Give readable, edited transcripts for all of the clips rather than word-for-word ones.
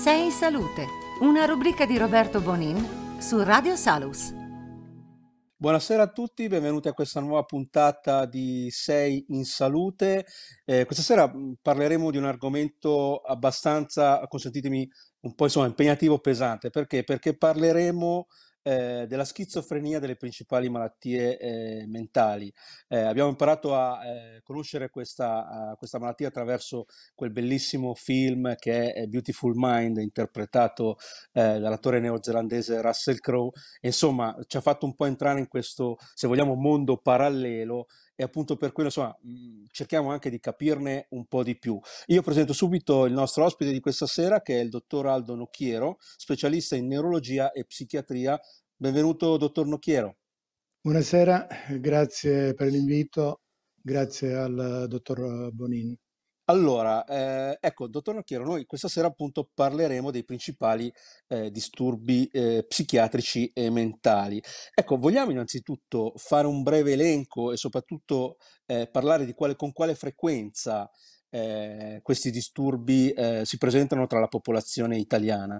Sei in salute, una rubrica di Roberto Bonin su Radio Salus. Buonasera a tutti, benvenuti a questa nuova puntata di Sei in Salute. Questa sera parleremo di un argomento abbastanza, consentitemi, un po' insomma impegnativo, pesante. Perché? Perché parleremo della schizofrenia, delle principali malattie mentali. Abbiamo imparato a conoscere questa malattia attraverso quel bellissimo film che è Beautiful Mind, interpretato dall'attore neozelandese Russell Crowe. Insomma, ci ha fatto un po' entrare in questo, se vogliamo, mondo parallelo, e appunto per quello, insomma, cerchiamo anche di capirne un po' di più. Io presento subito il nostro ospite di questa sera, che è il dottor Aldo Nocchiero, specialista in neurologia e psichiatria. Benvenuto, dottor Nocchiero. Buonasera, grazie per l'invito, grazie al dottor Bonin. Allora, ecco, dottor Nocchiero, noi questa sera appunto parleremo dei principali disturbi psichiatrici e mentali. Ecco, vogliamo innanzitutto fare un breve elenco e soprattutto parlare di con quale frequenza questi disturbi si presentano tra la popolazione italiana?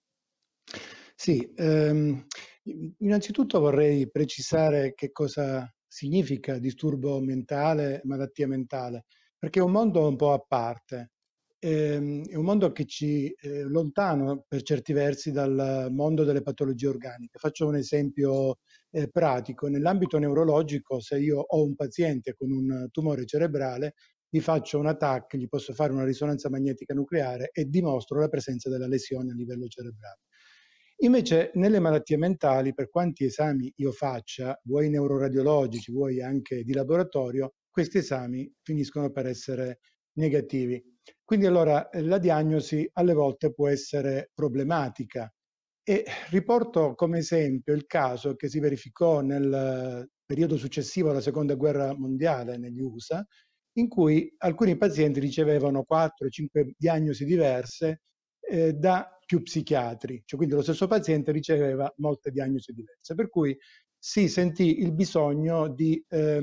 Sì, innanzitutto vorrei precisare che cosa significa disturbo mentale, malattia mentale, perché è un mondo un po' a parte. È un mondo che ci lontano per certi versi dal mondo delle patologie organiche. Faccio un esempio pratico. Nell'ambito neurologico, se io ho un paziente con un tumore cerebrale, gli faccio una TAC, gli posso fare una risonanza magnetica nucleare e dimostro la presenza della lesione a livello cerebrale. Invece nelle malattie mentali, per quanti esami io faccia, vuoi neuroradiologici, vuoi anche di laboratorio, questi esami finiscono per essere negativi. Quindi allora la diagnosi alle volte può essere problematica. E riporto come esempio il caso che si verificò nel periodo successivo alla Seconda Guerra Mondiale negli USA, in cui alcuni pazienti ricevevano 4-5 diagnosi diverse da più psichiatri, cioè quindi lo stesso paziente riceveva molte diagnosi diverse, per cui si sentì il bisogno di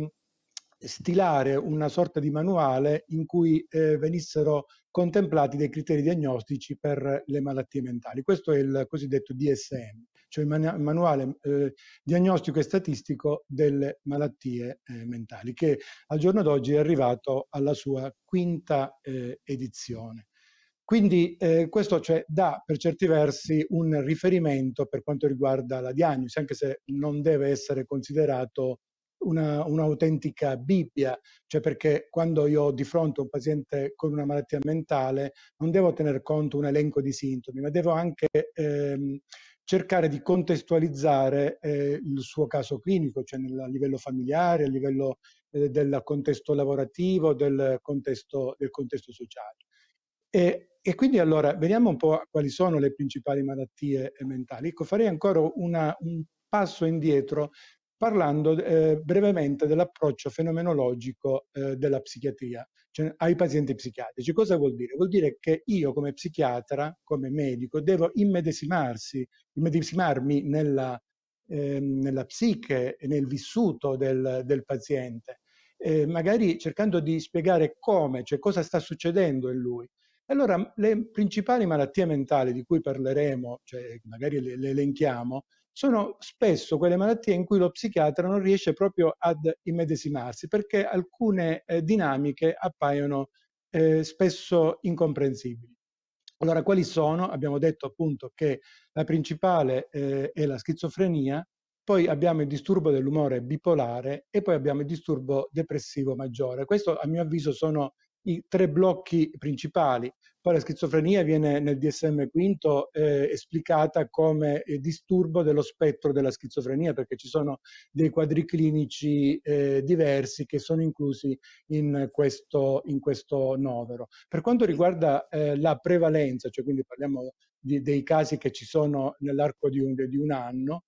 stilare una sorta di manuale in cui venissero contemplati dei criteri diagnostici per le malattie mentali. Questo è il cosiddetto DSM, cioè il manuale diagnostico e statistico delle malattie mentali, che al giorno d'oggi è arrivato alla sua quinta edizione. Quindi questo cioè, dà per certi versi un riferimento per quanto riguarda la diagnosi, anche se non deve essere considerato un'autentica Bibbia, cioè perché quando io ho di fronte un paziente con una malattia mentale non devo tener conto un elenco di sintomi, ma devo anche cercare di contestualizzare il suo caso clinico, cioè a livello familiare, a livello del contesto lavorativo, del contesto sociale. E quindi allora vediamo un po' quali sono le principali malattie mentali. Ecco, farei ancora un passo indietro parlando brevemente dell'approccio fenomenologico della psichiatria, cioè ai pazienti psichiatrici. Cosa vuol dire? Vuol dire che io come psichiatra, come medico, devo immedesimarmi nella psiche e nel vissuto del paziente, magari cercando di spiegare come, cioè cosa sta succedendo in lui. Allora, le principali malattie mentali di cui parleremo, cioè magari le elenchiamo, sono spesso quelle malattie in cui lo psichiatra non riesce proprio ad immedesimarsi perché alcune dinamiche appaiono spesso incomprensibili. Allora, quali sono? Abbiamo detto appunto che la principale è la schizofrenia, poi abbiamo il disturbo dell'umore bipolare e poi abbiamo il disturbo depressivo maggiore. Questo, a mio avviso, sono i tre blocchi principali. Poi la schizofrenia viene nel DSM quinto esplicata come disturbo dello spettro della schizofrenia, perché ci sono dei quadri clinici diversi che sono inclusi in questo novero. Per quanto riguarda la prevalenza, cioè quindi parliamo dei casi che ci sono nell'arco di un anno,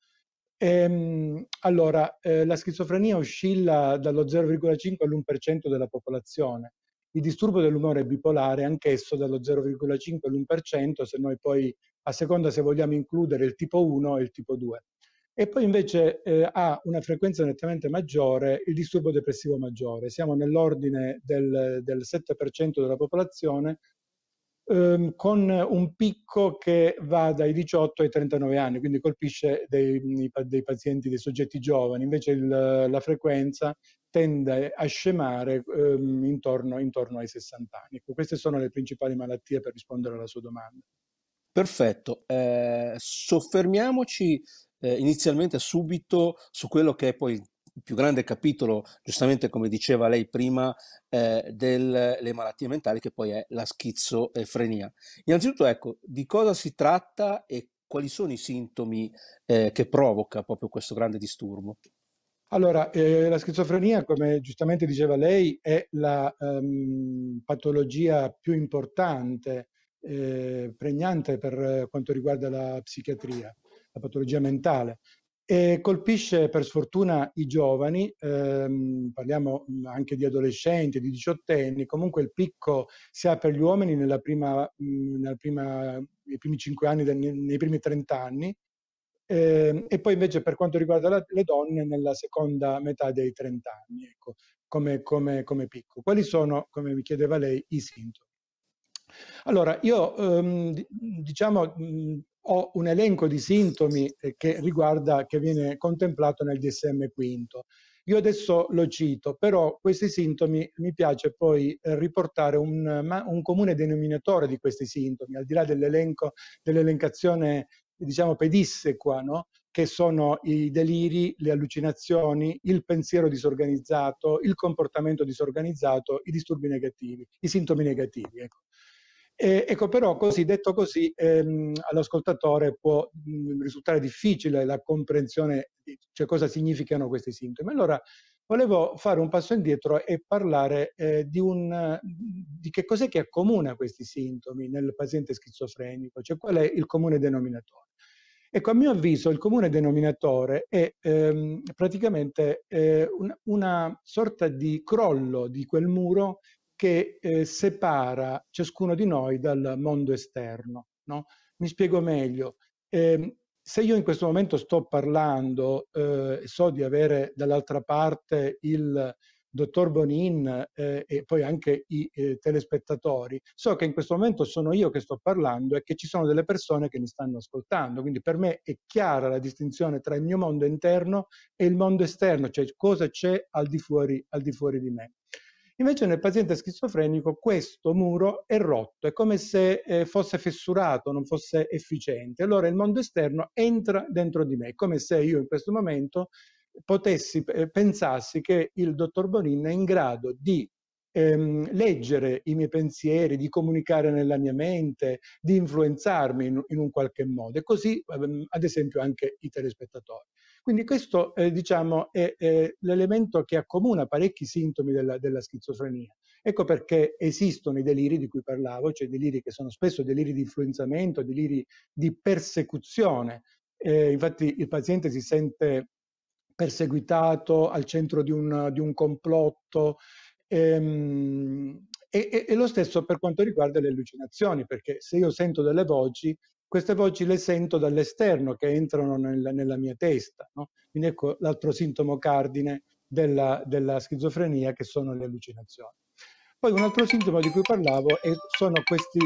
allora la schizofrenia oscilla dallo 0,5 all'1% della popolazione. Il disturbo dell'umore bipolare anch'esso dallo 0,5 all'1%, se noi poi a seconda se vogliamo includere il tipo 1 e il tipo 2. E poi invece ha una frequenza nettamente maggiore il disturbo depressivo maggiore. Siamo nell'ordine del 7% della popolazione con un picco che va dai 18 ai 39 anni, quindi colpisce dei pazienti, dei soggetti giovani, invece la frequenza tende a scemare intorno ai 60 anni. Ecco, queste sono le principali malattie per rispondere alla sua domanda. Perfetto, soffermiamoci inizialmente subito su quello che è poi il più grande capitolo, giustamente come diceva lei prima, delle malattie mentali, che poi è la schizofrenia. Innanzitutto, ecco, di cosa si tratta e quali sono i sintomi che provoca proprio questo grande disturbo? Allora, la schizofrenia, come giustamente diceva lei, è la patologia più importante, pregnante per quanto riguarda la psichiatria, la patologia mentale. E colpisce per sfortuna i giovani, parliamo anche di adolescenti, di diciottenni, comunque il picco si ha per gli uomini nei primi 5 anni, nei primi 30 anni, e poi invece per quanto riguarda le donne nella seconda metà dei 30 anni, ecco, come picco. Quali sono, come mi chiedeva lei, i sintomi? Allora, io diciamo ho un elenco di sintomi che viene contemplato nel DSM quinto. Io adesso lo cito, però questi sintomi mi piace poi riportare un comune denominatore di questi sintomi, al di là dell'elencazione, diciamo, pedissequa, no? Che sono i deliri, le allucinazioni, il pensiero disorganizzato, il comportamento disorganizzato, i disturbi negativi, i sintomi negativi. Ecco. Ecco, però così, detto così, all'ascoltatore può risultare difficile la comprensione di cioè, cosa significano questi sintomi. Allora, volevo fare un passo indietro e parlare di che cos'è che accomuna questi sintomi nel paziente schizofrenico, cioè qual è il comune denominatore. Ecco, a mio avviso il comune denominatore è praticamente una sorta di crollo di quel muro che separa ciascuno di noi dal mondo esterno, no? Mi spiego meglio. Se io in questo momento sto parlando e so di avere dall'altra parte il dottor Bonin e poi anche i telespettatori, so che in questo momento sono io che sto parlando e che ci sono delle persone che mi stanno ascoltando, quindi per me è chiara la distinzione tra il mio mondo interno e il mondo esterno, cioè cosa c'è al di fuori di me. Invece nel paziente schizofrenico questo muro è rotto, è come se fosse fessurato, non fosse efficiente. Allora il mondo esterno entra dentro di me, è come se io in questo momento pensassi che il dottor Bonin è in grado di leggere i miei pensieri, di comunicare nella mia mente, di influenzarmi in un qualche modo, e così ad esempio anche i telespettatori. Quindi questo diciamo è l'elemento che accomuna parecchi sintomi della schizofrenia. Ecco perché esistono i deliri di cui parlavo, cioè deliri che sono spesso deliri di influenzamento, deliri di persecuzione. Infatti il paziente si sente perseguitato, al centro di un complotto. E lo stesso per quanto riguarda le allucinazioni, perché se io sento delle voci, queste voci le sento dall'esterno che entrano nella mia testa, no? Quindi ecco l'altro sintomo cardine della schizofrenia, che sono le allucinazioni. Poi un altro sintomo di cui parlavo sono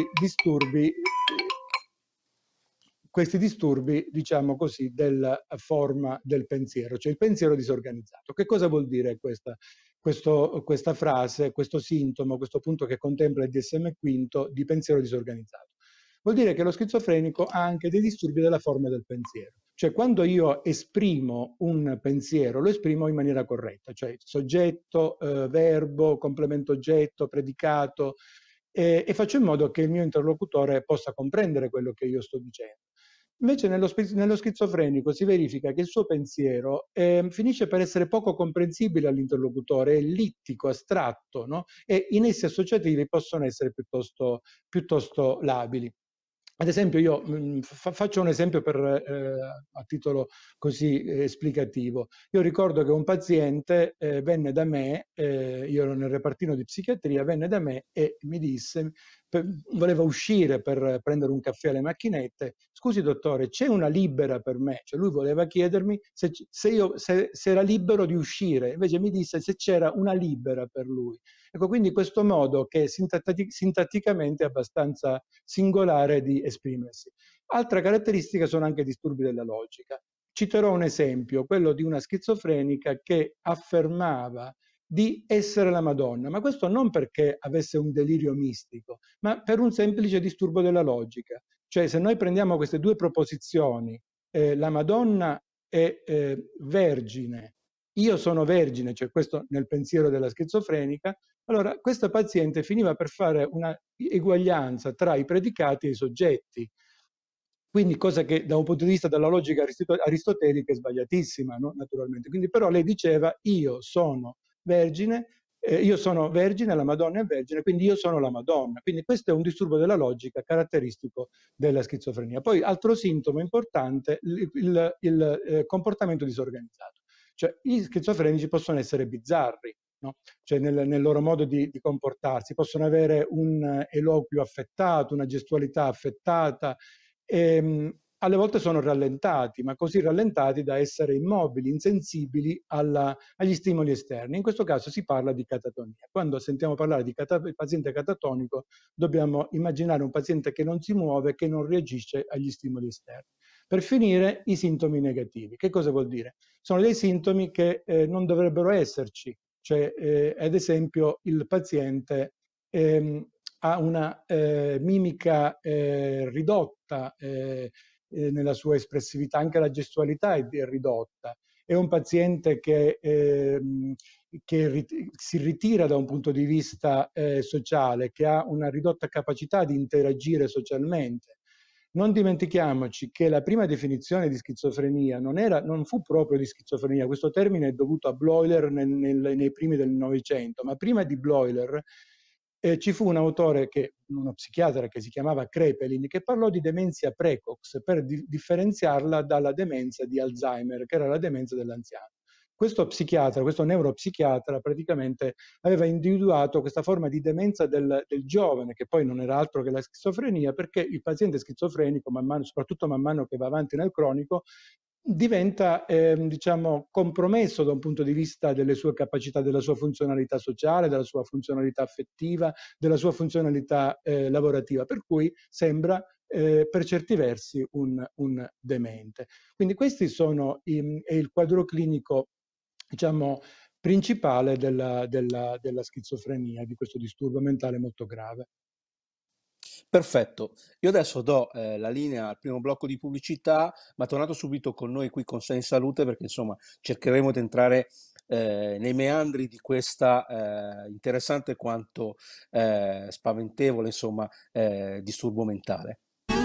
questi disturbi, diciamo così, della forma del pensiero, cioè il pensiero disorganizzato. Che cosa vuol dire questa frase, questo sintomo, questo punto che contempla il DSM quinto di pensiero disorganizzato? Vuol dire che lo schizofrenico ha anche dei disturbi della forma del pensiero. Cioè quando io esprimo un pensiero, lo esprimo in maniera corretta, cioè soggetto, verbo, complemento oggetto, predicato, e faccio in modo che il mio interlocutore possa comprendere quello che io sto dicendo. Invece nello schizofrenico si verifica che il suo pensiero finisce per essere poco comprensibile all'interlocutore, è ellittico, astratto, no? E i nessi associativi possono essere piuttosto labili. Ad esempio, io faccio un esempio a titolo così esplicativo. Io ricordo che un paziente venne da me, io ero nel repartino di psichiatria, venne da me e mi disse, voleva uscire per prendere un caffè alle macchinette. Scusi dottore, c'è una libera per me? Cioè lui voleva chiedermi se era libero di uscire, invece mi disse se c'era una libera per lui. Ecco, quindi questo modo che è sintatticamente abbastanza singolare di esprimersi. Altra caratteristica sono anche i disturbi della logica. Citerò un esempio, quello di una schizofrenica che affermava di essere la Madonna, ma questo non perché avesse un delirio mistico, ma per un semplice disturbo della logica. Cioè, se noi prendiamo queste due proposizioni, la Madonna è vergine, io sono vergine, cioè questo nel pensiero della schizofrenica, allora questa paziente finiva per fare una eguaglianza tra i predicati e i soggetti. Quindi cosa che da un punto di vista della logica aristotelica è sbagliatissima, no? Naturalmente. Quindi però lei diceva io sono vergine, la Madonna è vergine, quindi io sono la Madonna. Quindi questo è un disturbo della logica caratteristico della schizofrenia. Poi altro sintomo importante, il comportamento disorganizzato. Cioè gli schizofrenici possono essere bizzarri, no? Cioè nel loro modo di comportarsi, possono avere un eloquio affettato, una gestualità affettata, alle volte sono rallentati, ma così rallentati da essere immobili, insensibili agli stimoli esterni. In questo caso si parla di catatonia. Quando sentiamo parlare di paziente catatonico, dobbiamo immaginare un paziente che non si muove, che non reagisce agli stimoli esterni. Per finire, i sintomi negativi. Che cosa vuol dire? Sono dei sintomi che non dovrebbero esserci, cioè ad esempio il paziente ha una mimica ridotta nella sua espressività, anche la gestualità è ridotta. È un paziente che si ritira da un punto di vista sociale, che ha una ridotta capacità di interagire socialmente. Non dimentichiamoci che la prima definizione di schizofrenia non fu proprio di schizofrenia, questo termine è dovuto a Bloiler nei primi del Novecento, ma prima di Bloiler ci fu un autore, uno psichiatra che si chiamava Krepelin, che parlò di demenza precox per differenziarla dalla demenza di Alzheimer, che era la demenza dell'anziano. Questo psichiatra, questo neuropsichiatra, praticamente aveva individuato questa forma di demenza del giovane, che poi non era altro che la schizofrenia, perché il paziente schizofrenico, soprattutto man mano che va avanti nel cronico, diventa diciamo, compromesso da un punto di vista delle sue capacità, della sua funzionalità sociale, della sua funzionalità affettiva, della sua funzionalità lavorativa, per cui sembra per certi versi un demente. Quindi questi è il quadro clinico, diciamo, principale della schizofrenia, di questo disturbo mentale molto grave. Perfetto, io adesso do la linea al primo blocco di pubblicità, ma tornato subito con noi qui con Sei in Salute perché insomma cercheremo di entrare nei meandri di questa interessante quanto spaventevole insomma disturbo mentale.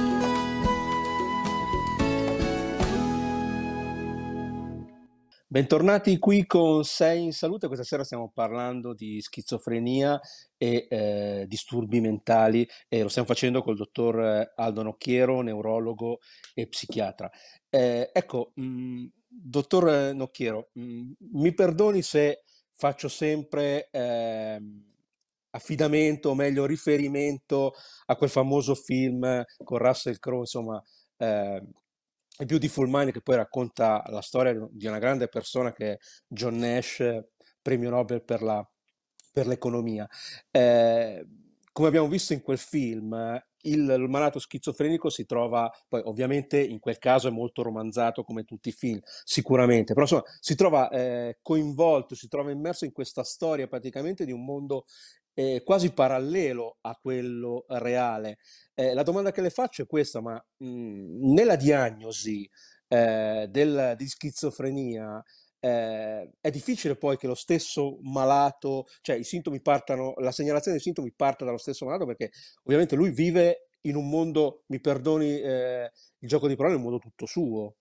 Bentornati qui con Sei in Salute, questa sera stiamo parlando di schizofrenia e disturbi mentali e lo stiamo facendo col dottor Aldo Nocchiero, neurologo e psichiatra. Ecco, dottor Nocchiero, mi perdoni se faccio sempre affidamento, o meglio riferimento a quel famoso film con Russell Crowe, insomma, A Beautiful Mind, che poi racconta la storia di una grande persona che è John Nash, premio Nobel per l'economia. Eh, Come abbiamo visto in quel film, il malato schizofrenico si trova, poi ovviamente in quel caso è molto romanzato come tutti i film, sicuramente, però insomma si trova coinvolto, si trova immerso in questa storia praticamente di un mondo quasi parallelo a quello reale. La domanda che le faccio è questa, ma nella diagnosi di schizofrenia è difficile poi che lo stesso malato, cioè i sintomi partano, la segnalazione dei sintomi parta dallo stesso malato perché ovviamente lui vive in un mondo, mi perdoni il gioco di parole, un mondo tutto suo.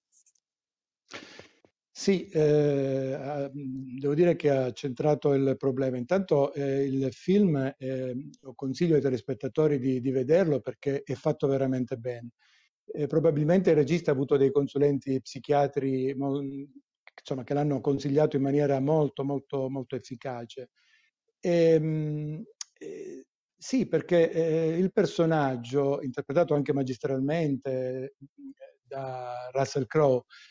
Sì, devo dire che ha centrato il problema. Intanto il film lo consiglio ai telespettatori di vederlo perché è fatto veramente bene. Probabilmente il regista ha avuto dei consulenti psichiatri insomma, che l'hanno consigliato in maniera molto, molto, molto efficace. Ehm, sì, perché il personaggio, interpretato anche magistralmente da Russell Crowe,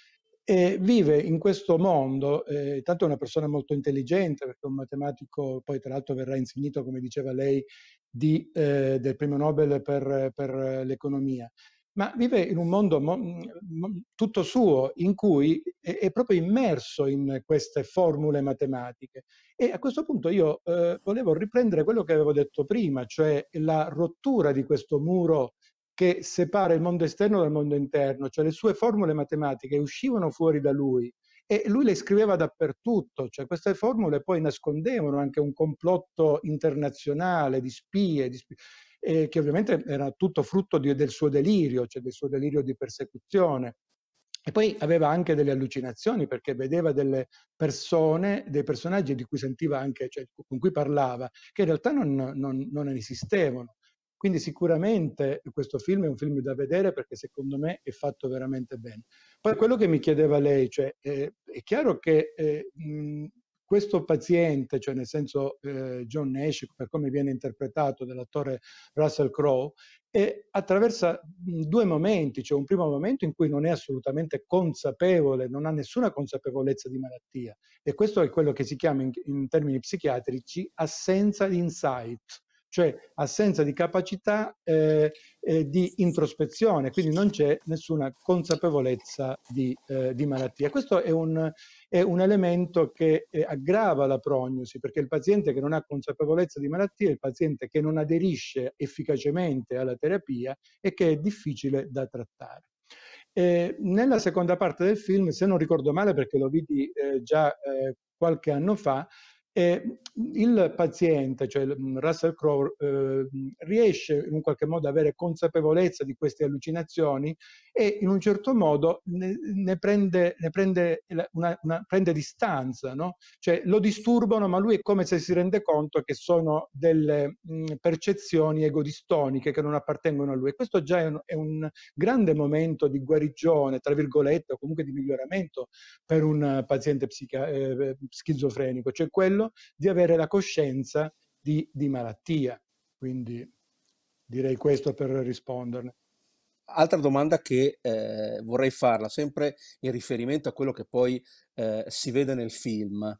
E vive in questo mondo, tanto è una persona molto intelligente, perché è un matematico, poi tra l'altro verrà insignito, come diceva lei, del premio Nobel per l'economia, ma vive in un mondo tutto suo, in cui è proprio immerso in queste formule matematiche. E a questo punto io volevo riprendere quello che avevo detto prima, cioè la rottura di questo muro che separa il mondo esterno dal mondo interno, cioè le sue formule matematiche uscivano fuori da lui e lui le scriveva dappertutto, cioè queste formule poi nascondevano anche un complotto internazionale di spie, che ovviamente era tutto frutto del suo delirio, cioè del suo delirio di persecuzione. E poi aveva anche delle allucinazioni perché vedeva delle persone, dei personaggi di cui sentiva anche, cioè, con cui parlava, che in realtà non esistevano. Quindi sicuramente questo film è un film da vedere perché secondo me è fatto veramente bene. Poi quello che mi chiedeva lei, cioè, è chiaro che questo paziente, cioè nel senso John Nash, per come viene interpretato dall'attore Russell Crowe, e attraversa due momenti, cioè un primo momento in cui non è assolutamente consapevole, non ha nessuna consapevolezza di malattia, e questo è quello che si chiama in termini psichiatrici assenza di insight, cioè assenza di capacità di introspezione, quindi non c'è nessuna consapevolezza di malattia. Questo è un elemento che aggrava la prognosi, perché il paziente che non ha consapevolezza di malattia è il paziente che non aderisce efficacemente alla terapia e che è difficile da trattare. Nella seconda parte del film, se non ricordo male perché lo vidi già qualche anno fa, il paziente, cioè Russell Crowe, riesce in un qualche modo ad avere consapevolezza di queste allucinazioni e in un certo modo prende distanza, no? Cioè lo disturbano, ma lui è come se si rende conto che sono delle percezioni egodistoniche che non appartengono a lui. E questo già è un grande momento di guarigione, tra virgolette, o comunque di miglioramento per un paziente schizofrenico, cioè quello di avere la coscienza di malattia. Quindi direi questo per risponderne. Altra domanda che vorrei farla, sempre in riferimento a quello che poi si vede nel film.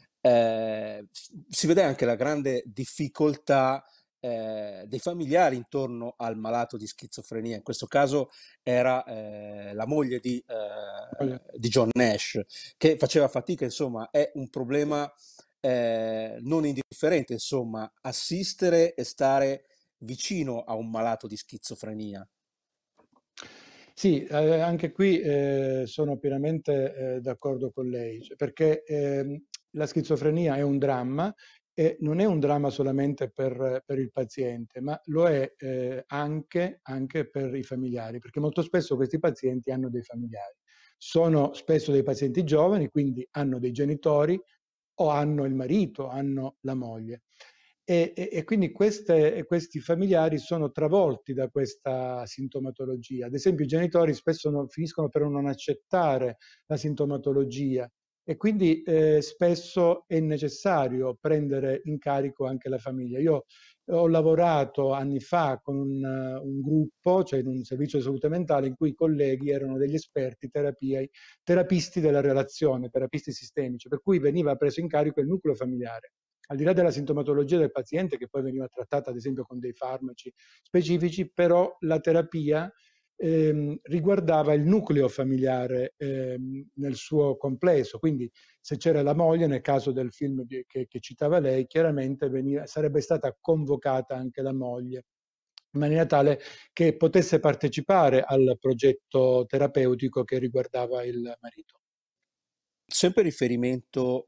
Si vede anche la grande difficoltà dei familiari intorno al malato di schizofrenia. In questo caso era la moglie di John Nash, che faceva fatica, insomma, è un problema non indifferente, insomma, assistere e stare vicino a un malato di schizofrenia. Sì, anche qui sono pienamente d'accordo con lei, cioè, perché la schizofrenia è un dramma e non è un dramma solamente per il paziente, ma lo è anche per i familiari, perché molto spesso questi pazienti hanno dei familiari. Sono spesso dei pazienti giovani, quindi hanno dei genitori o hanno il marito, hanno la moglie. E quindi questi familiari sono travolti da questa sintomatologia. Ad esempio, i genitori spesso finiscono per non accettare la sintomatologia e quindi spesso è necessario prendere in carico anche la famiglia. Io ho lavorato anni fa con un gruppo, cioè in un servizio di salute mentale, in cui i colleghi erano degli esperti terapisti della relazione, terapisti sistemici, per cui veniva preso in carico il nucleo familiare al di là della sintomatologia del paziente, che poi veniva trattata ad esempio con dei farmaci specifici, però la terapia riguardava il nucleo familiare nel suo complesso. Quindi se c'era la moglie, nel caso del film che citava lei, chiaramente sarebbe stata convocata anche la moglie in maniera tale che potesse partecipare al progetto terapeutico che riguardava il marito. Sempre in riferimento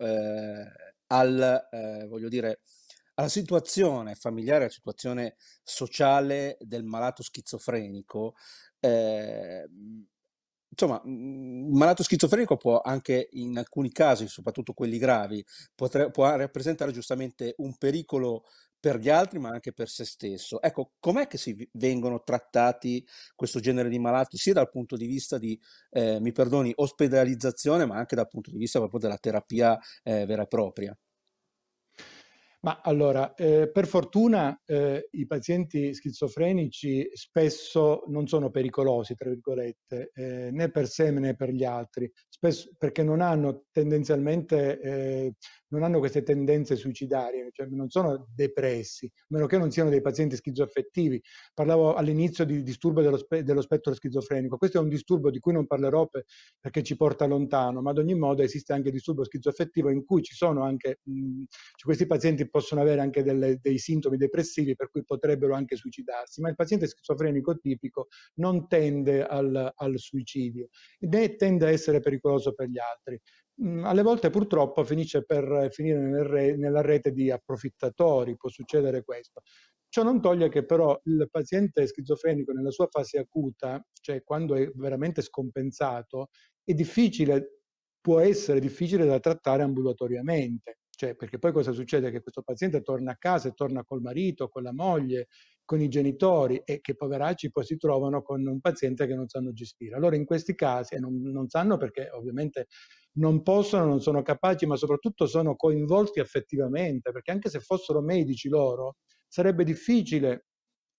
voglio dire, alla situazione familiare, alla situazione sociale del malato schizofrenico, eh, insomma, il malato schizofrenico può anche in alcuni casi, soprattutto quelli gravi, può rappresentare giustamente un pericolo per gli altri, ma anche per se stesso. Ecco, com'è che vengono trattati questo genere di malati, sia dal punto di vista di mi perdoni, ospedalizzazione, ma anche dal punto di vista proprio della terapia vera e propria. Ma allora, per fortuna i pazienti schizofrenici spesso non sono pericolosi, tra virgolette, né per sé né per gli altri, spesso perché non hanno tendenzialmente, non hanno queste tendenze suicidarie, cioè non sono depressi, a meno che non siano dei pazienti schizoaffettivi. Parlavo all'inizio di disturbo dello spettro schizofrenico. Questo è un disturbo di cui non parlerò perché ci porta lontano, ma ad ogni modo esiste anche il disturbo schizoaffettivo in cui ci sono anche questi pazienti possono avere anche dei sintomi depressivi per cui potrebbero anche suicidarsi, ma il paziente schizofrenico tipico non tende al suicidio né tende a essere pericoloso per gli altri. Alle volte purtroppo finisce per finire nella rete di approfittatori, può succedere questo. Ciò non toglie che però il paziente schizofrenico nella sua fase acuta, cioè quando è veramente scompensato, è difficile, può essere difficile da trattare ambulatoriamente. Cioè, perché poi cosa succede? Che questo paziente torna a casa e torna col marito, con la moglie, con i genitori e che poveracci poi si trovano con un paziente che non sanno gestire. Allora in questi casi, e non sanno perché ovviamente non possono, non sono capaci, ma soprattutto sono coinvolti affettivamente, perché anche se fossero medici loro, sarebbe difficile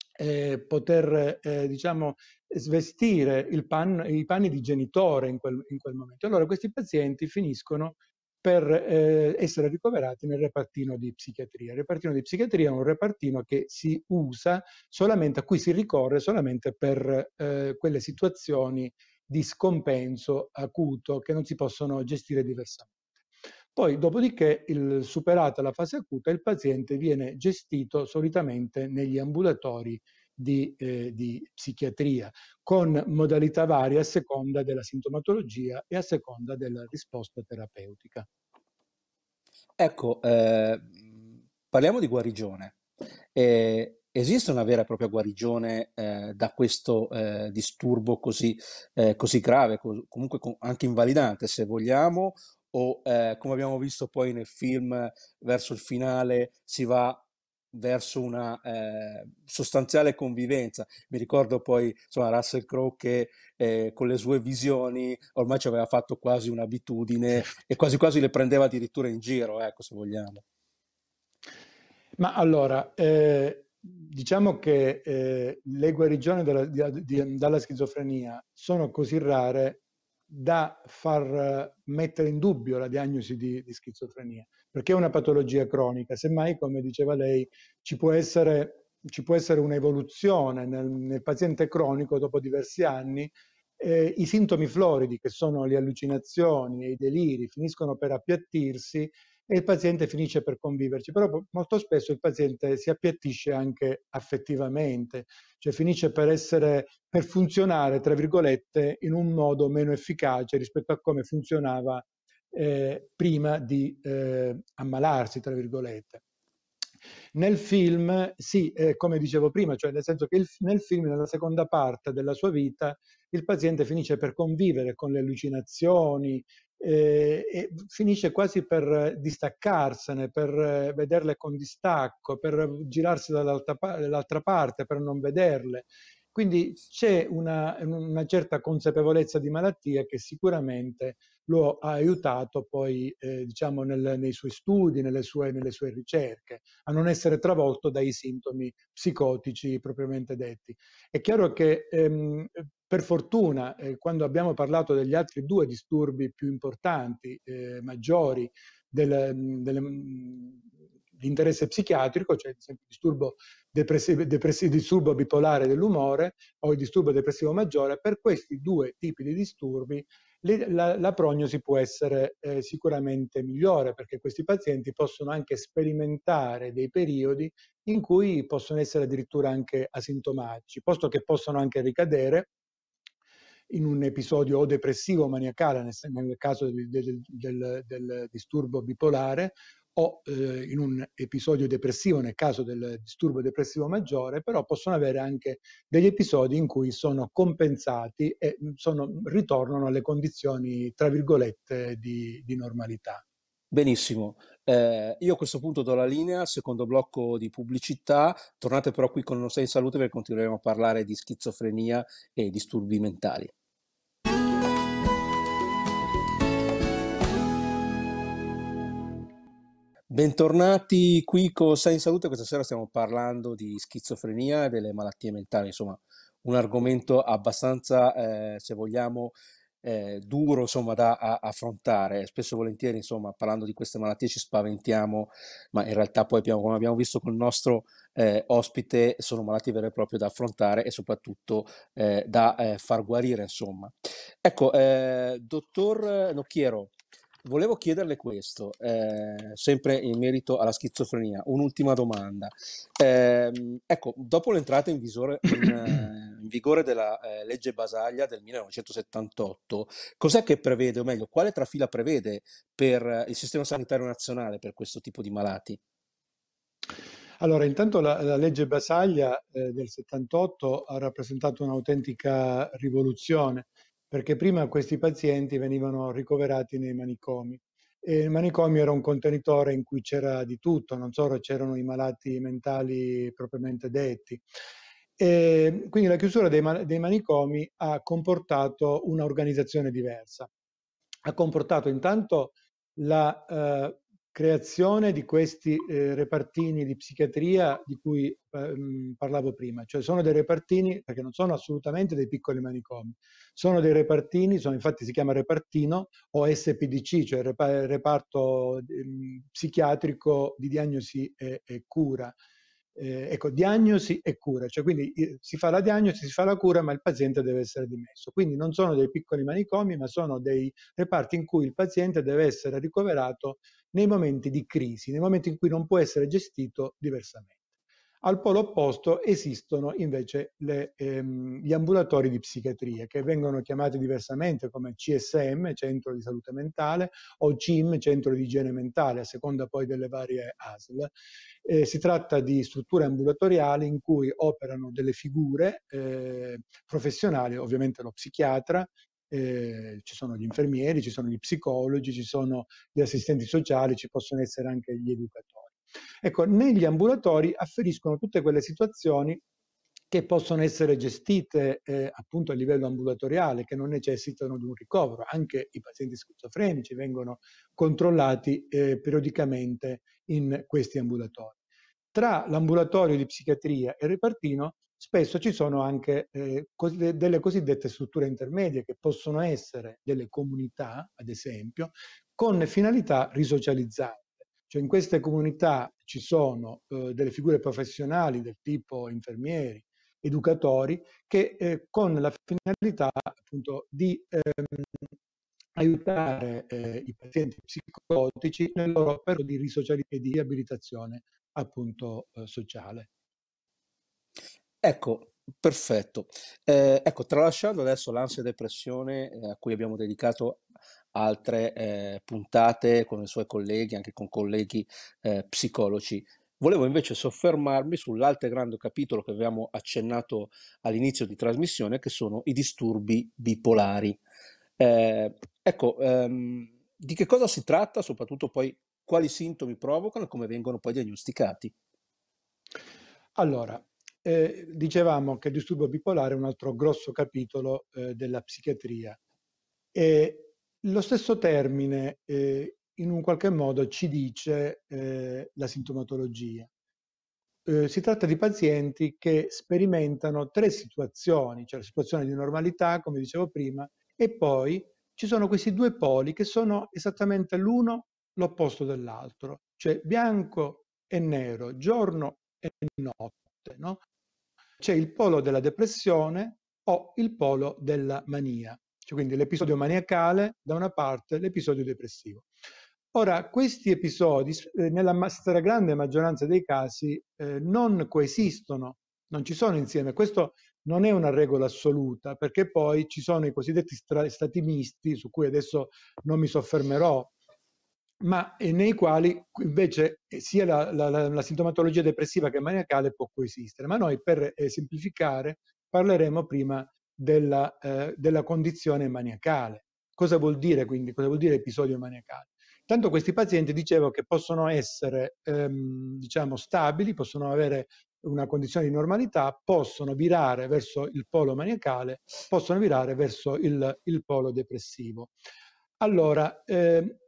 poter, diciamo, svestire i panni di genitore in quel momento. Allora questi pazienti finiscono per essere ricoverati nel repartino di psichiatria. Il repartino di psichiatria è un repartino che si usa solamente, a cui si ricorre solamente per quelle situazioni di scompenso acuto che non si possono gestire diversamente. Poi, dopodiché, superata la fase acuta, il paziente viene gestito solitamente negli ambulatori di psichiatria, con modalità varie a seconda della sintomatologia e a seconda della risposta terapeutica. Ecco, parliamo di guarigione. Esiste una vera e propria guarigione da questo disturbo così grave, comunque anche invalidante se vogliamo, o come abbiamo visto poi nel film, verso il finale si va verso una sostanziale convivenza. Mi ricordo poi, insomma, Russell Crowe che con le sue visioni ormai ci aveva fatto quasi un'abitudine e quasi quasi le prendeva addirittura in giro, ecco, se vogliamo. Ma allora, diciamo che le guarigioni dalla schizofrenia sono così rare da far mettere in dubbio la diagnosi di schizofrenia, perché è una patologia cronica. Semmai, come diceva lei, ci può essere un'evoluzione nel paziente cronico dopo diversi anni. I sintomi floridi, che sono le allucinazioni e i deliri, finiscono per appiattirsi e il paziente finisce per conviverci, però molto spesso il paziente si appiattisce anche affettivamente, cioè finisce per funzionare, tra virgolette, in un modo meno efficace rispetto a come funzionava prima di ammalarsi, tra virgolette. Nel film, sì, come dicevo prima, cioè nel senso che nel film, nella seconda parte della sua vita, il paziente finisce per convivere con le allucinazioni e finisce quasi per distaccarsene, per vederle con distacco, per girarsi dall'altra parte, per non vederle. Quindi c'è una certa consapevolezza di malattia che sicuramente lo ha aiutato poi, diciamo, nei suoi studi, nelle sue ricerche, a non essere travolto dai sintomi psicotici propriamente detti. È chiaro che per fortuna, quando abbiamo parlato degli altri due disturbi più importanti, maggiori, di interesse psichiatrico, cioè ad esempio il disturbo bipolare dell'umore o il disturbo depressivo maggiore, per questi due tipi di disturbi la prognosi può essere sicuramente migliore, perché questi pazienti possono anche sperimentare dei periodi in cui possono essere addirittura anche asintomatici, posto che possono anche ricadere in un episodio o depressivo o maniacale, nel caso del disturbo bipolare, o in un episodio depressivo nel caso del disturbo depressivo maggiore, però possono avere anche degli episodi in cui sono compensati e ritornano alle condizioni, tra virgolette, di normalità. Benissimo, io a questo punto do la linea al secondo blocco di pubblicità, tornate però qui con Sei in Salute perché continueremo a parlare di schizofrenia e disturbi mentali. Bentornati qui con Sei in Salute. Questa sera stiamo parlando di schizofrenia e delle malattie mentali, insomma, un argomento abbastanza, se vogliamo, duro, insomma, da affrontare. Spesso e volentieri, insomma, parlando di queste malattie ci spaventiamo, ma in realtà poi, come abbiamo visto con il nostro ospite, sono malattie vere e proprie da affrontare e soprattutto da far guarire, insomma. Ecco, dottor Nocchiero, volevo chiederle questo, sempre in merito alla schizofrenia, un'ultima domanda. Ecco, dopo l'entrata in vigore della legge Basaglia del 1978, cos'è che prevede, o meglio, quale trafila prevede per il sistema sanitario nazionale per questo tipo di malati? Allora, intanto la legge Basaglia del 78 ha rappresentato un'autentica rivoluzione, perché prima questi pazienti venivano ricoverati nei manicomi. E il manicomio era un contenitore in cui c'era di tutto, non solo c'erano i malati mentali propriamente detti. E quindi la chiusura dei manicomi ha comportato un'organizzazione diversa. Ha comportato intanto la creazione di questi repartini di psichiatria di cui parlavo prima, cioè sono dei repartini, perché non sono assolutamente dei piccoli manicomi, sono dei repartini, infatti si chiama repartino o SPDC, cioè reparto psichiatrico di diagnosi e cura. Ecco, diagnosi e cura, cioè quindi si fa la diagnosi, si fa la cura, ma il paziente deve essere dimesso. Quindi non sono dei piccoli manicomi, ma sono dei reparti in cui il paziente deve essere ricoverato nei momenti di crisi, nei momenti in cui non può essere gestito diversamente. Al polo opposto esistono invece gli ambulatori di psichiatria, che vengono chiamati diversamente come CSM, Centro di Salute Mentale, o CIM, Centro di Igiene Mentale, a seconda poi delle varie ASL. Si tratta di strutture ambulatoriali in cui operano delle figure professionali, ovviamente lo psichiatra, ci sono gli infermieri, ci sono gli psicologi, ci sono gli assistenti sociali, ci possono essere anche gli educatori. Ecco, negli ambulatori afferiscono tutte quelle situazioni che possono essere gestite appunto a livello ambulatoriale, che non necessitano di un ricovero. Anche i pazienti schizofrenici vengono controllati periodicamente in questi ambulatori. Tra l'ambulatorio di psichiatria e il repartino spesso ci sono anche delle cosiddette strutture intermedie che possono essere delle comunità, ad esempio, con finalità risocializzanti. Cioè in queste comunità ci sono delle figure professionali del tipo infermieri, educatori, che con la finalità appunto di aiutare i pazienti psicotici nel loro opera di risocializzazione e di riabilitazione appunto sociale. Ecco, perfetto. Ecco, tralasciando adesso l'ansia e depressione, a cui abbiamo dedicato altre puntate con i suoi colleghi, anche con colleghi psicologi, volevo invece soffermarmi sull'altro grande capitolo che avevamo accennato all'inizio di trasmissione, che sono i disturbi bipolari. Ecco, di che cosa si tratta, soprattutto poi quali sintomi provocano e come vengono poi diagnosticati? Allora, dicevamo che il disturbo bipolare è un altro grosso capitolo della psichiatria. E lo stesso termine in un qualche modo ci dice la sintomatologia. Si tratta di pazienti che sperimentano tre situazioni, cioè la situazione di normalità, come dicevo prima, e poi ci sono questi due poli che sono esattamente l'uno l'opposto dell'altro, cioè bianco e nero, giorno e notte, no? C'è il polo della depressione o il polo della mania, cioè quindi l'episodio maniacale da una parte, l'episodio depressivo. Ora, questi episodi, nella stragrande maggioranza dei casi, non coesistono, non ci sono insieme. Questo non è una regola assoluta, perché poi ci sono i cosiddetti stati misti, su cui adesso non mi soffermerò, ma nei quali invece sia la sintomatologia depressiva che maniacale può coesistere. Ma noi per semplificare parleremo prima della condizione maniacale. Cosa vuol dire quindi? Cosa vuol dire episodio maniacale? Tanto questi pazienti dicevo che possono essere diciamo stabili, possono avere una condizione di normalità, possono virare verso il polo maniacale, possono virare verso il polo depressivo. Allora,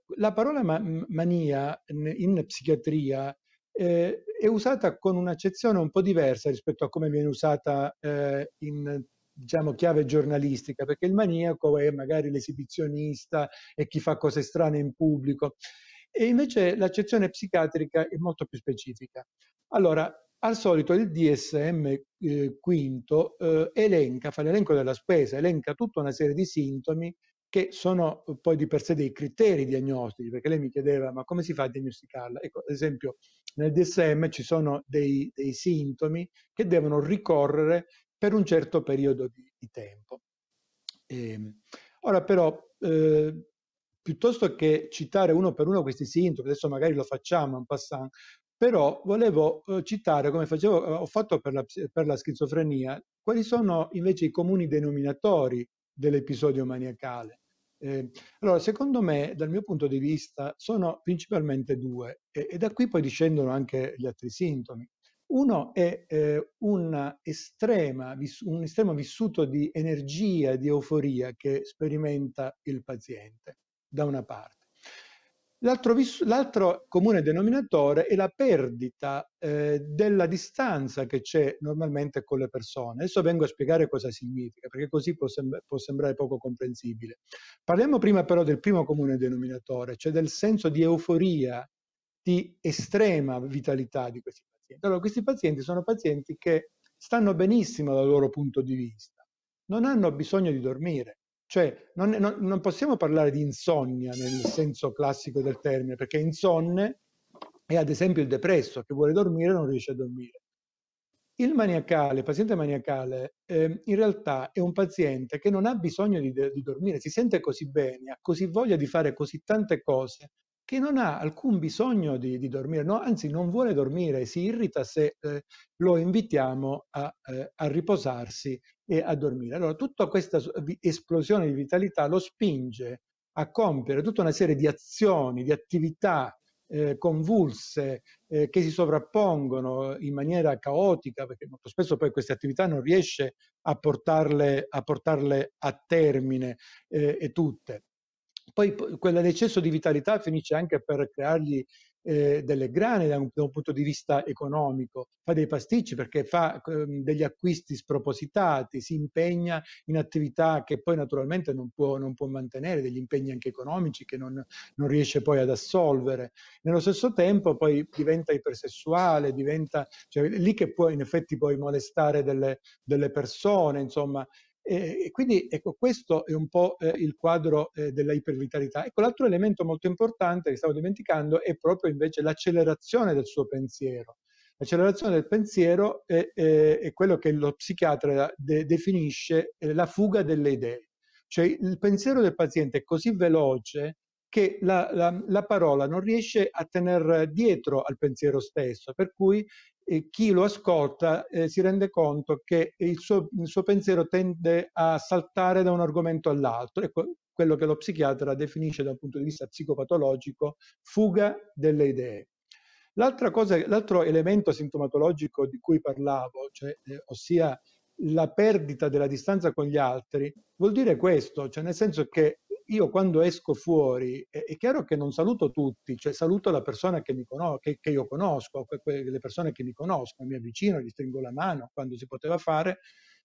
la parola mania in psichiatria è usata con un'accezione un po' diversa rispetto a come viene usata in, diciamo, chiave giornalistica, perché il maniaco è magari l'esibizionista e chi fa cose strane in pubblico, e invece l'accezione psichiatrica è molto più specifica. Allora, al solito il DSM quinto fa l'elenco della spesa, elenca tutta una serie di sintomi che sono poi di per sé dei criteri diagnostici, perché lei mi chiedeva ma come si fa a diagnosticarla? Ecco, ad esempio nel DSM ci sono dei sintomi che devono ricorrere per un certo periodo di tempo. Ora però, piuttosto che citare uno per uno questi sintomi, adesso magari lo facciamo en passant, però volevo citare, come ho fatto per la schizofrenia, quali sono invece i comuni denominatori dell'episodio maniacale. Allora, secondo me, dal mio punto di vista, sono principalmente due, e da qui poi discendono anche gli altri sintomi. Uno è un estremo vissuto di energia, di euforia che sperimenta il paziente, da una parte. L'altro comune denominatore è la perdita della distanza che c'è normalmente con le persone. Adesso vengo a spiegare cosa significa, perché così può sembrare poco comprensibile. Parliamo prima però del primo comune denominatore, cioè del senso di euforia, di estrema vitalità di questi pazienti. Allora, questi pazienti sono pazienti che stanno benissimo dal loro punto di vista, non hanno bisogno di dormire. Cioè, non possiamo parlare di insonnia nel senso classico del termine, perché insonne è ad esempio il depresso che vuole dormire e non riesce a dormire. Il paziente maniacale, in realtà è un paziente che non ha bisogno di dormire, si sente così bene, ha così voglia di fare così tante cose che non ha alcun bisogno di dormire, no, anzi non vuole dormire, si irrita se lo invitiamo a riposarsi e a dormire. Allora, tutta questa esplosione di vitalità lo spinge a compiere tutta una serie di azioni, di attività convulse che si sovrappongono in maniera caotica, perché molto spesso poi queste attività non riesce a portarle a termine e tutte. Poi quell'eccesso di vitalità finisce anche per creargli delle grane da un punto di vista economico, fa dei pasticci perché fa degli acquisti spropositati, si impegna in attività che poi naturalmente non può mantenere, degli impegni anche economici che non riesce poi ad assolvere. Nello stesso tempo poi diventa ipersessuale, cioè, lì che può in effetti poi molestare delle persone, insomma. E quindi ecco, questo è un po' il quadro della ipervitalità. Ecco, l'altro elemento molto importante che stavo dimenticando è proprio invece l'accelerazione del suo pensiero. L'accelerazione del pensiero è quello che lo psichiatra definisce la fuga delle idee. Cioè il pensiero del paziente è così veloce che la parola non riesce a tenere dietro al pensiero stesso, per cui chi lo ascolta si rende conto che il suo pensiero tende a saltare da un argomento all'altro. Ecco, quello che lo psichiatra definisce da un punto di vista psicopatologico fuga delle idee. L'altro elemento sintomatologico di cui parlavo, cioè, ossia la perdita della distanza con gli altri, vuol dire questo, cioè nel senso che io quando esco fuori è chiaro che non saluto tutti, cioè saluto la persona che io conosco, le persone che mi conoscono, mi avvicino, gli stringo la mano quando si poteva fare,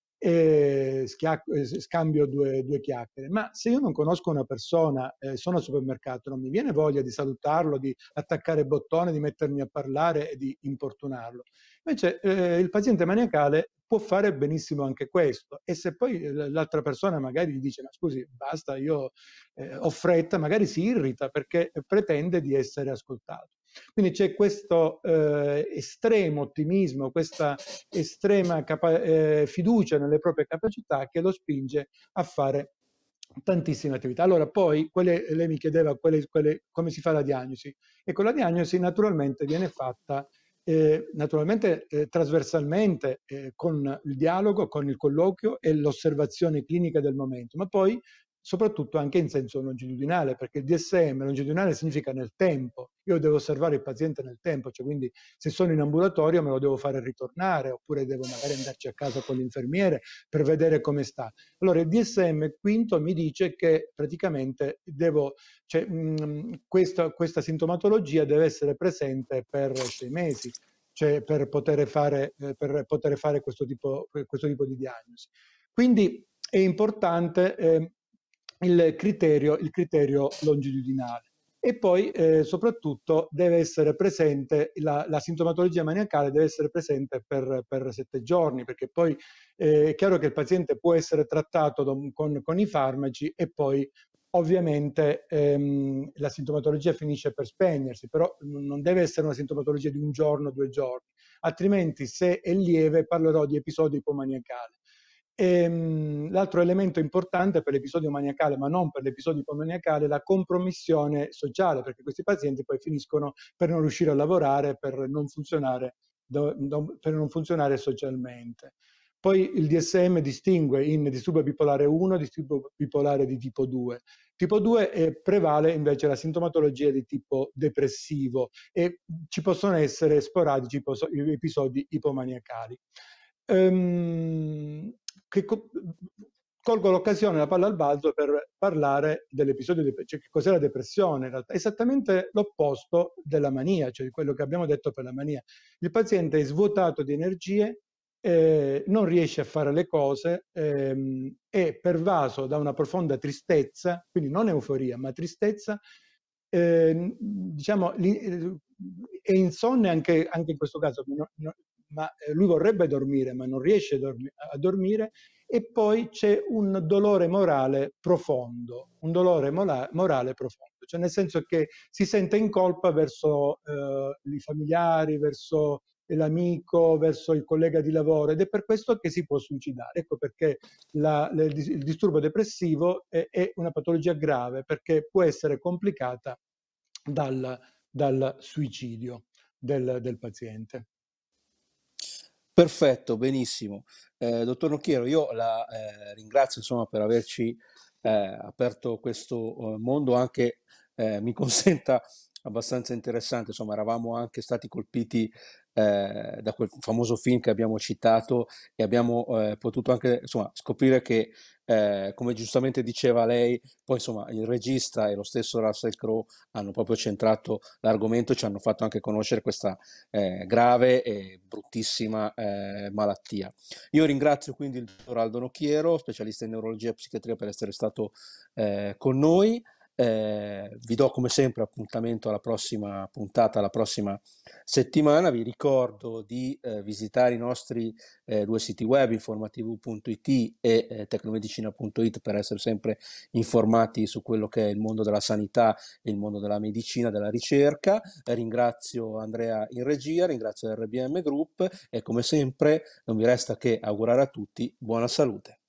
e scambio due chiacchiere. Ma se io non conosco una persona, sono al supermercato, non mi viene voglia di salutarlo, di attaccare bottone, di mettermi a parlare e di importunarlo. Invece il paziente maniacale può fare benissimo anche questo, e se poi l'altra persona magari gli dice ma scusi basta, io ho fretta, magari si irrita perché pretende di essere ascoltato. Quindi c'è questo estremo ottimismo, questa estrema fiducia nelle proprie capacità che lo spinge a fare tantissime attività. Allora poi lei mi chiedeva come si fa la diagnosi. Ecco, la diagnosi naturalmente viene fatta trasversalmente con il dialogo, con il colloquio e l'osservazione clinica del momento, ma poi soprattutto anche in senso longitudinale, perché il DSM longitudinale significa nel tempo. Io devo osservare il paziente nel tempo, cioè quindi se sono in ambulatorio me lo devo fare ritornare, oppure devo magari andarci a casa con l'infermiere per vedere come sta. Allora il DSM quinto mi dice che praticamente cioè, questa sintomatologia deve essere presente per 6 mesi, cioè per poter fare questo tipo di diagnosi. Quindi è importante il criterio longitudinale. E poi soprattutto deve essere presente, la sintomatologia maniacale deve essere presente per 7 giorni, perché poi è chiaro che il paziente può essere trattato con i farmaci e poi ovviamente la sintomatologia finisce per spegnersi, però non deve essere una sintomatologia di un giorno, 2 giorni, altrimenti se è lieve parlerò di episodio ipomaniacale. L'altro elemento importante per l'episodio maniacale, ma non per l'episodio ipomaniacale, è la compromissione sociale, perché questi pazienti poi finiscono per non riuscire a lavorare, per non funzionare socialmente. Poi il DSM distingue in disturbo bipolare 1 e disturbo bipolare di tipo 2. Tipo 2 prevale invece la sintomatologia di tipo depressivo e ci possono essere sporadici episodi ipomaniacali. Ehm, che colgo l'occasione, la palla al balzo, per parlare dell'episodio cioè che cos'è la depressione in realtà. Esattamente l'opposto della mania, cioè di quello che abbiamo detto per la mania. Il paziente è svuotato di energie, non riesce a fare le cose, è pervaso da una profonda tristezza, quindi non euforia, ma tristezza, diciamo, è insonne anche in questo caso, ma lui vorrebbe dormire, ma non riesce a dormire, e poi c'è un dolore morale profondo, cioè nel senso che si sente in colpa verso i familiari, verso l'amico, verso il collega di lavoro, ed è per questo che si può suicidare. Ecco perché il disturbo depressivo è una patologia grave, perché può essere complicata dal suicidio del paziente. Perfetto, benissimo. Dottor Nocchiero, io la ringrazio insomma per averci aperto questo mondo anche, mi consenta, abbastanza interessante. Insomma, eravamo anche stati colpiti da quel famoso film che abbiamo citato e abbiamo potuto anche insomma, scoprire che, come giustamente diceva lei, poi insomma il regista e lo stesso Russell Crowe hanno proprio centrato l'argomento, ci hanno fatto anche conoscere questa grave e bruttissima malattia. Io ringrazio quindi il dottor Aldo Nocchiero, specialista in neurologia e psichiatria, per essere stato con noi. Vi do come sempre appuntamento alla prossima puntata, alla prossima settimana. Vi ricordo di visitare i nostri due siti web, informativ.it e tecnomedicina.it, per essere sempre informati su quello che è il mondo della sanità e il mondo della medicina, della ricerca. Ringrazio Andrea in regia, ringrazio RBM Group e come sempre non mi resta che augurare a tutti buona salute.